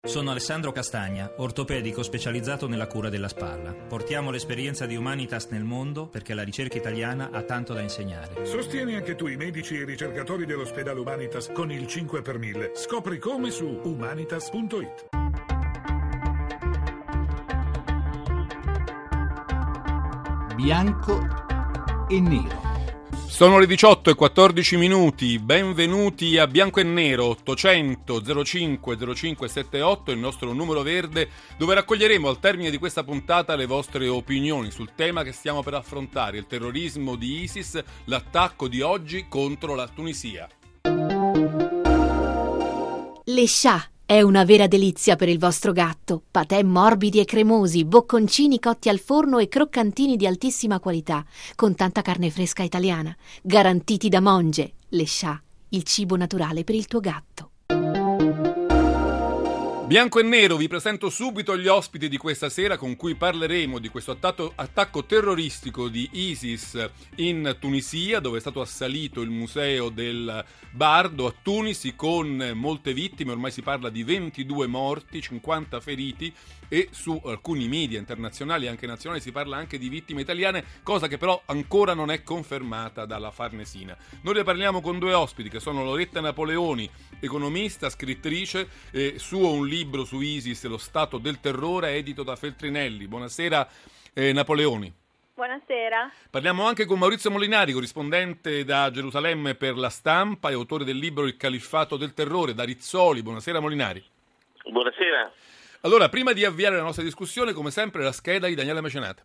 Sono Alessandro Castagna, ortopedico specializzato nella cura della spalla. Portiamo l'esperienza di Humanitas nel mondo perché la ricerca italiana ha tanto da insegnare. Sostieni anche tu i medici e i ricercatori dell'ospedale Humanitas con il 5 per 1000. Scopri come su humanitas.it. Bianco e nero. Sono le 18:14, benvenuti a Bianco e Nero. 800 05 0578, il nostro numero verde, dove raccoglieremo al termine di questa puntata le vostre opinioni sul tema che stiamo per affrontare, il terrorismo di ISIS, l'attacco di oggi contro la Tunisia. Le Shah è una vera delizia per il vostro gatto. Patè morbidi e cremosi, bocconcini cotti al forno e croccantini di altissima qualità, con tanta carne fresca italiana, garantiti da Monge. Le Shah, il cibo naturale per il tuo gatto. Bianco e Nero, vi presento subito gli ospiti di questa sera con cui parleremo di questo attacco terroristico di ISIS in Tunisia, dove è stato assalito il museo del Bardo a Tunisi con molte vittime. Ormai si parla di 22 morti, 50 feriti e su alcuni media internazionali e anche nazionali si parla anche di vittime italiane, cosa che però ancora non è confermata dalla Farnesina. Noi ne parliamo con due ospiti che sono Loretta Napoleoni, economista, scrittrice, suo un libro su ISIS, Lo Stato del Terrore, edito da Feltrinelli. Buonasera Napoleoni. Buonasera. Parliamo anche con Maurizio Molinari, corrispondente da Gerusalemme per La Stampa e autore del libro Il Califfato del Terrore, da Rizzoli. Buonasera Molinari. Buonasera. Allora, prima di avviare la nostra discussione, come sempre, la scheda di Daniele Mecenate.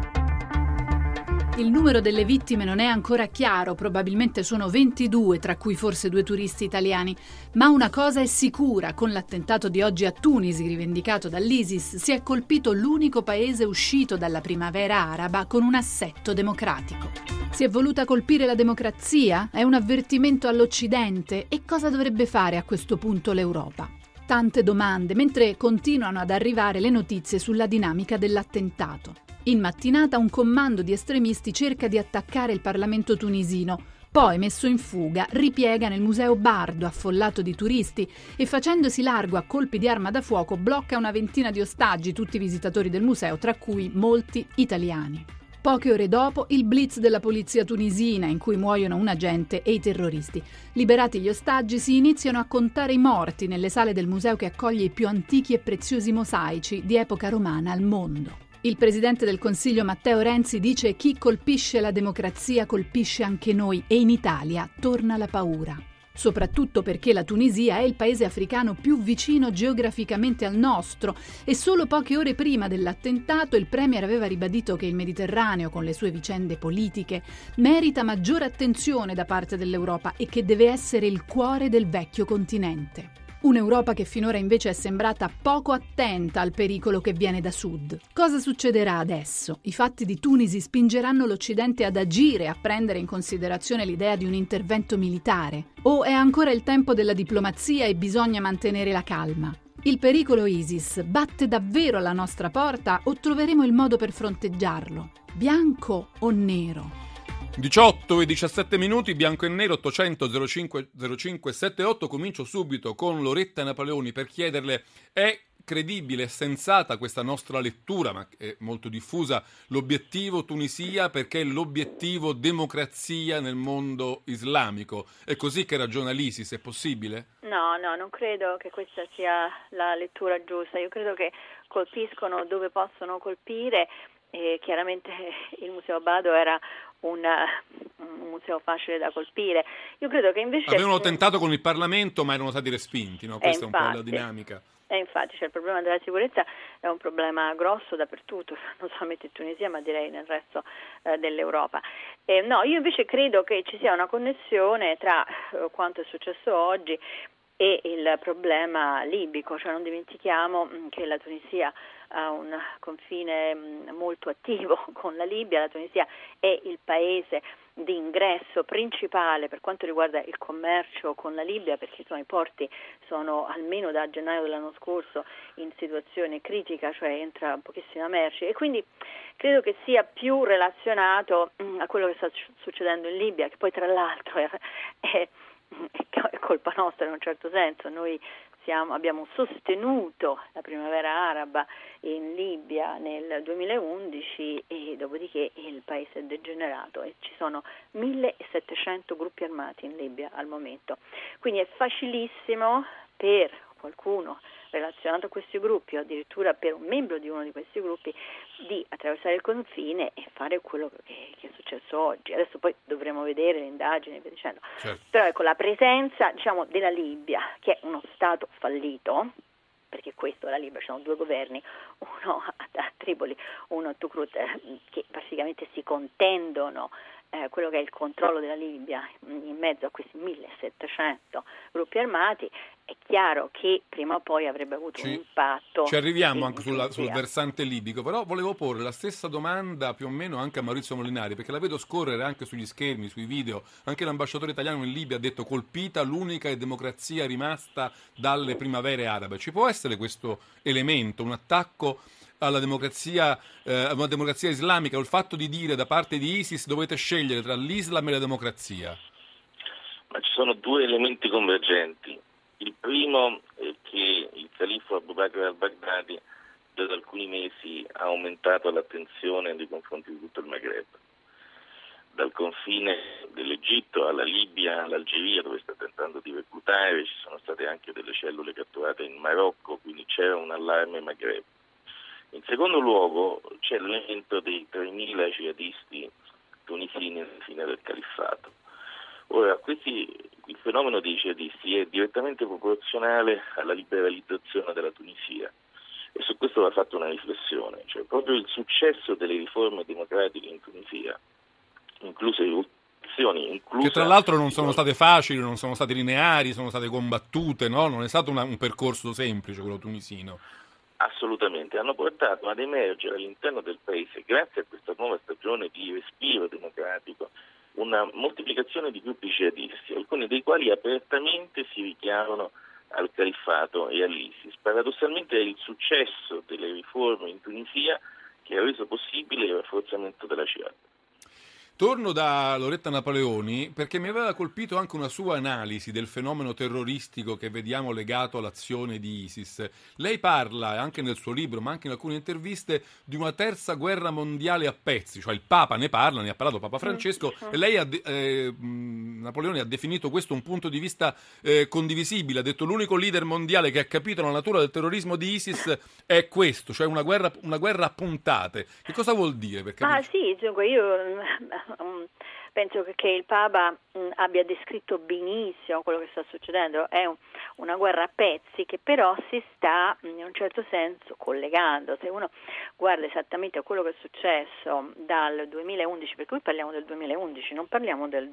Il numero delle vittime non è ancora chiaro, probabilmente sono 22, tra cui forse 2 turisti italiani. Ma una cosa è sicura, con l'attentato di oggi a Tunisi rivendicato dall'ISIS, si è colpito l'unico paese uscito dalla primavera araba con un assetto democratico. Si è voluta colpire la democrazia? È un avvertimento all'Occidente? E cosa dovrebbe fare a questo punto l'Europa? Tante domande, mentre continuano ad arrivare le notizie sulla dinamica dell'attentato. In mattinata un comando di estremisti cerca di attaccare il Parlamento tunisino, poi, messo in fuga, ripiega nel museo Bardo, affollato di turisti, e facendosi largo a colpi di arma da fuoco blocca una ventina di ostaggi, tutti visitatori del museo, tra cui molti italiani. Poche ore dopo, il blitz della polizia tunisina, in cui muoiono un agente e i terroristi. Liberati gli ostaggi, si iniziano a contare i morti nelle sale del museo che accoglie i più antichi e preziosi mosaici di epoca romana al mondo. Il presidente del Consiglio Matteo Renzi dice: chi colpisce la democrazia colpisce anche noi e in Italia torna la paura. Soprattutto perché la Tunisia è il paese africano più vicino geograficamente al nostro e solo poche ore prima dell'attentato il premier aveva ribadito che il Mediterraneo, con le sue vicende politiche, merita maggiore attenzione da parte dell'Europa e che deve essere il cuore del vecchio continente. Un'Europa che finora invece è sembrata poco attenta al pericolo che viene da sud. Cosa succederà adesso? I fatti di Tunisi spingeranno l'Occidente ad agire, a prendere in considerazione l'idea di un intervento militare? O è ancora il tempo della diplomazia e bisogna mantenere la calma? Il pericolo ISIS batte davvero alla nostra porta o troveremo il modo per fronteggiarlo? Bianco o nero? 18:17, Bianco e Nero, 800 05 0578. Comincio subito con Loretta Napoleoni per chiederle: è credibile, sensata questa nostra lettura, ma è molto diffusa, l'obiettivo Tunisia perché è l'obiettivo democrazia nel mondo islamico? È così che ragiona l'ISIS? È possibile? No, non credo che questa sia la lettura giusta. Io credo che colpiscono dove possono colpire e chiaramente il Museo Bardo era un museo facile da colpire. Io credo che invece avevano tentato con il Parlamento ma erano stati respinti, no? Questa infatti, è un po' la dinamica. E infatti il problema della sicurezza è un problema grosso dappertutto, non solamente in Tunisia ma direi nel resto dell'Europa. No, io invece credo che ci sia una connessione tra quanto è successo oggi e il problema libico, cioè non dimentichiamo che la Tunisia ha un confine molto attivo con la Libia. La Tunisia è il paese di ingresso principale per quanto riguarda il commercio con la Libia, perché insomma, i porti sono almeno da gennaio dell'anno scorso in situazione critica, cioè entra pochissima merce, e quindi credo che sia più relazionato a quello che sta succedendo in Libia, che poi tra l'altro è colpa nostra in un certo senso. Noi abbiamo sostenuto la primavera araba in Libia nel 2011 e dopodiché il paese è degenerato e ci sono 1700 gruppi armati in Libia al momento. Quindi è facilissimo per qualcuno relazionato a questi gruppi o addirittura per un membro di uno di questi gruppi di attraversare il confine e fare quello che è successo oggi. Adesso poi dovremo vedere le indagini e via dicendo. Certo. Però ecco, la presenza, diciamo, della Libia, che è uno Stato fallito, perché questo, la Libia, ci sono due governi, uno a Tripoli, uno a Tobruk, che praticamente si contendono quello che è il controllo della Libia in mezzo a questi 1700 gruppi armati. È chiaro che prima o poi avrebbe avuto un impatto. Ci arriviamo anche sul versante libico, però volevo porre la stessa domanda più o meno anche a Maurizio Molinari, perché la vedo scorrere anche sugli schermi, sui video. Anche l'ambasciatore italiano in Libia ha detto: colpita l'unica democrazia rimasta dalle primavere arabe. Ci può essere questo elemento, un attacco alla democrazia, una democrazia islamica, o il fatto di dire da parte di ISIS dovete scegliere tra l'Islam e la democrazia? Ma ci sono due elementi convergenti. Il primo è che il califfo Abu Bakr al-Baghdadi già da alcuni mesi ha aumentato l'attenzione nei confronti di tutto il Maghreb, dal confine dell'Egitto alla Libia, all'Algeria, dove sta tentando di reclutare. Ci sono state anche delle cellule catturate in Marocco, quindi c'era un allarme Maghreb. In secondo luogo c'è l'elemento dei 3.000 jihadisti tunisini alla fine del califfato. Ora, il fenomeno dei jihadisti è direttamente proporzionale alla liberalizzazione della Tunisia e su questo va fatta una riflessione, cioè proprio il successo delle riforme democratiche in Tunisia, incluse rivoluzioni, che tra l'altro non sono state facili, non sono state lineari, sono state combattute, no? Non è stato un percorso semplice quello tunisino. Assolutamente, hanno portato ad emergere all'interno del paese, grazie a questa nuova stagione di respiro democratico, una moltiplicazione di gruppi jihadisti, alcuni dei quali apertamente si richiamano al califfato e all'ISIS. Paradossalmente è il successo delle riforme in Tunisia che ha reso possibile il rafforzamento della Jihad. Torno da Loretta Napoleoni perché mi aveva colpito anche una sua analisi del fenomeno terroristico che vediamo legato all'azione di ISIS. Lei parla, anche nel suo libro, ma anche in alcune interviste, di una terza guerra mondiale a pezzi, cioè il Papa ne parla, ne ha parlato Papa Francesco, e lei, Napoleoni, ha definito questo un punto di vista condivisibile. Ha detto: l'unico leader mondiale che ha capito la natura del terrorismo di ISIS è questo, cioè una guerra a puntate. Che cosa vuol dire? Sì, dunque io penso che il Papa abbia descritto benissimo quello che sta succedendo. È una guerra a pezzi che però si sta in un certo senso collegando. Se uno guarda esattamente a quello che è successo dal 2011, perché qui parliamo del 2011, non parliamo del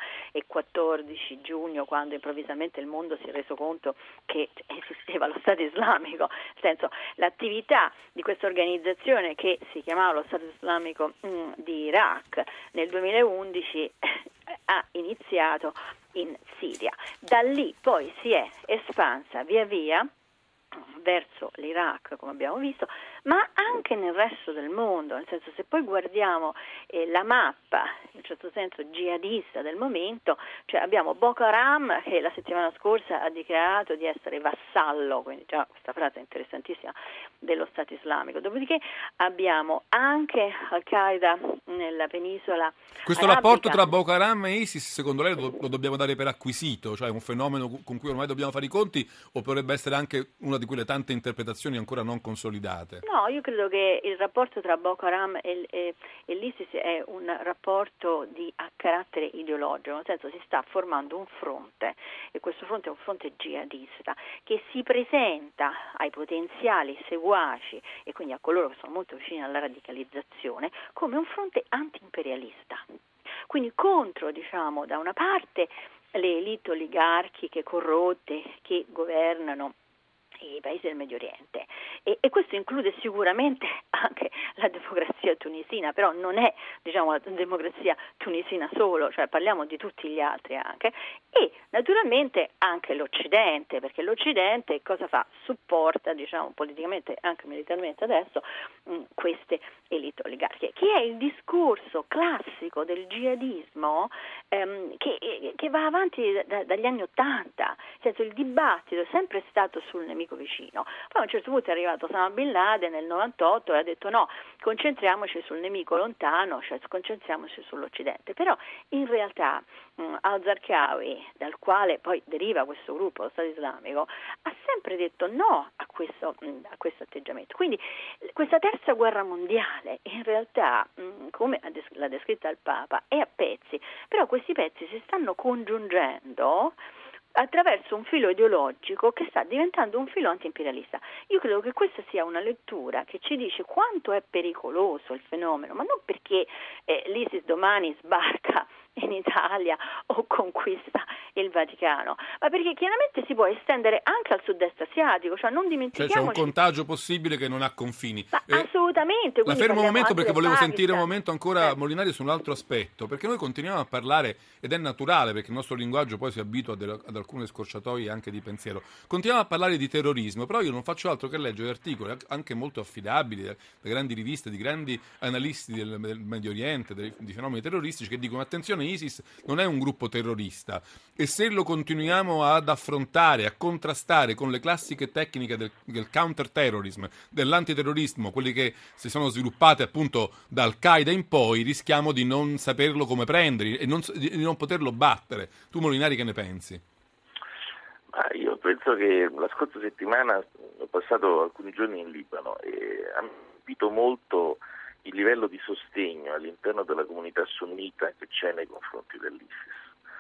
2014 giugno, quando improvvisamente il mondo si è reso conto che esisteva lo Stato islamico, nel senso, l'attività di questa organizzazione che si chiamava lo Stato islamico di Iraq nel 2011 ha iniziato in Siria. Da lì poi si è espansa via via verso l'Iraq, come abbiamo visto, ma anche nel resto del mondo, nel senso, se poi guardiamo la mappa, in un certo senso jihadista del momento, cioè abbiamo Boko Haram che la settimana scorsa ha dichiarato di essere vassallo, quindi già questa frase è interessantissima, dello Stato islamico. Dopodiché abbiamo anche Al-Qaeda nella penisola Questo arabica. rapporto tra Boko Haram e ISIS, secondo lei, lo dobbiamo dare per acquisito? Cioè un fenomeno con cui ormai dobbiamo fare i conti, o potrebbe essere anche una di quelle tante interpretazioni ancora non consolidate? No, io credo che il rapporto tra Boko Haram e l'ISIS è un rapporto a carattere ideologico, nel senso si sta formando un fronte, e questo fronte è un fronte jihadista che si presenta ai potenziali seguaci e quindi a coloro che sono molto vicini alla radicalizzazione come un fronte anti-imperialista. Quindi contro, da una parte le elite oligarchiche corrotte che governano i paesi del Medio Oriente e questo include sicuramente anche la democrazia tunisina, però non è la democrazia tunisina solo, cioè parliamo di tutti gli altri anche, e naturalmente anche l'Occidente, perché l'Occidente cosa fa? Supporta politicamente e anche militarmente adesso queste elite oligarchiche, che è il discorso classico del jihadismo che va avanti dagli anni '80, nel senso il dibattito è sempre stato sul nemico vicino. Poi a un certo punto è arrivato Osama Bin Laden nel 98 e ha detto no, concentriamoci sul nemico lontano, cioè concentriamoci sull'Occidente. Però in realtà al-Zarqawi, dal quale poi deriva questo gruppo, lo Stato Islamico, ha sempre detto no a questo atteggiamento. Quindi questa terza guerra mondiale in realtà, come l'ha descritta il Papa, è a pezzi, però questi pezzi si stanno congiungendo attraverso un filo ideologico che sta diventando un filo anti-imperialista. Io credo che questa sia una lettura che ci dice quanto è pericoloso il fenomeno, ma non perché l'ISIS domani sbarca in Italia o conquista il Vaticano, ma perché chiaramente si può estendere anche al sud-est asiatico, cioè non dimentichiamoci. Cioè c'è un contagio possibile che non ha confini. Ma assolutamente. La fermo un momento perché volevo sentire un momento ancora Molinari su un altro aspetto, perché noi continuiamo a parlare, ed è naturale perché il nostro linguaggio poi si abitua ad alcune scorciatoie anche di pensiero, continuiamo a parlare di terrorismo, però io non faccio altro che leggere articoli anche molto affidabili da grandi riviste, di grandi analisti del Medio Oriente, di fenomeni terroristici, che dicono attenzione, ISIS non è un gruppo terrorista, e se lo continuiamo ad affrontare, a contrastare con le classiche tecniche del counter-terrorism, dell'antiterrorismo, quelli che si sono sviluppate appunto da Al-Qaeda in poi, rischiamo di non saperlo come prendere e di non poterlo battere. Tu, Molinari, che ne pensi? Io penso che la scorsa settimana ho passato alcuni giorni in Libano e ha colpito molto il livello di sostegno all'interno della comunità sunnita che c'è nei confronti dell'ISIS.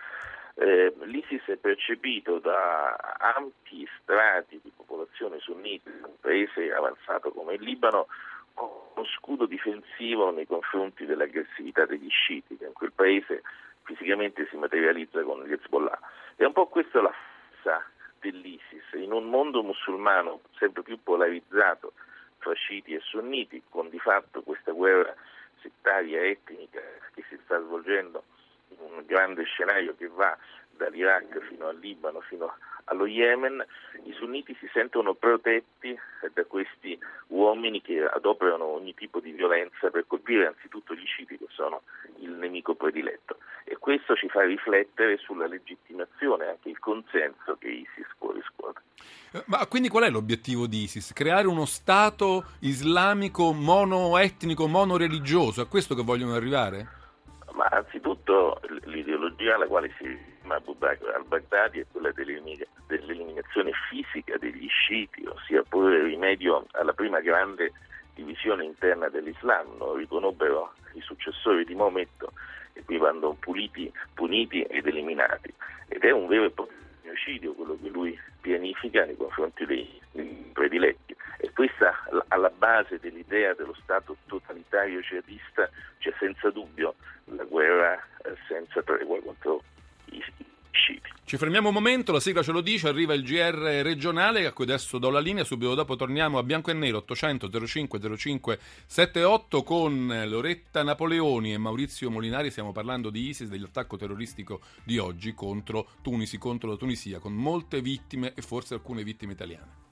L'ISIS è percepito da ampi strati di popolazione sunnita in un paese avanzato come il Libano come uno scudo difensivo nei confronti dell'aggressività degli sciiti, che in quel paese fisicamente si materializza con gli Hezbollah. E un po' questa è la forza dell'ISIS in un mondo musulmano sempre più polarizzato tra sciiti e sunniti, con di fatto questa guerra settaria etnica che si sta svolgendo in un grande scenario che va dall'Iraq fino al Libano, fino allo Yemen. I sunniti si sentono protetti da questi uomini che adoperano ogni tipo di violenza per colpire anzitutto gli sciiti, che sono il nemico prediletto, e questo ci fa riflettere sulla legittimazione e anche il consenso che ISIS può riscuotere. Ma quindi qual è l'obiettivo di ISIS? Creare uno Stato islamico monoetnico, monoreligioso? È questo che vogliono arrivare? Ma anzitutto l'ideologia alla quale si rifà Abu Bakr al-Baghdadi è quella dell'eliminazione fisica degli sciiti, ossia porre rimedio alla prima grande divisione interna dell'Islam. Lo riconobbero i successori di Maometto, e qui vanno puniti ed eliminati. Ed è un vero e proprio genocidio quello che lui pianifica nei confronti dei prediletti. E questa, alla base dell'idea dello Stato totalitario jihadista, c'è senza dubbio la guerra senza tregua contro i sciiti. Ci fermiamo un momento, la sigla ce lo dice, arriva il GR regionale a cui adesso do la linea, subito dopo torniamo a Bianco e Nero 800 05 05 78 con Loretta Napoleoni e Maurizio Molinari. Stiamo parlando di ISIS, dell'attacco terroristico di oggi contro Tunisi, contro la Tunisia, con molte vittime e forse alcune vittime italiane.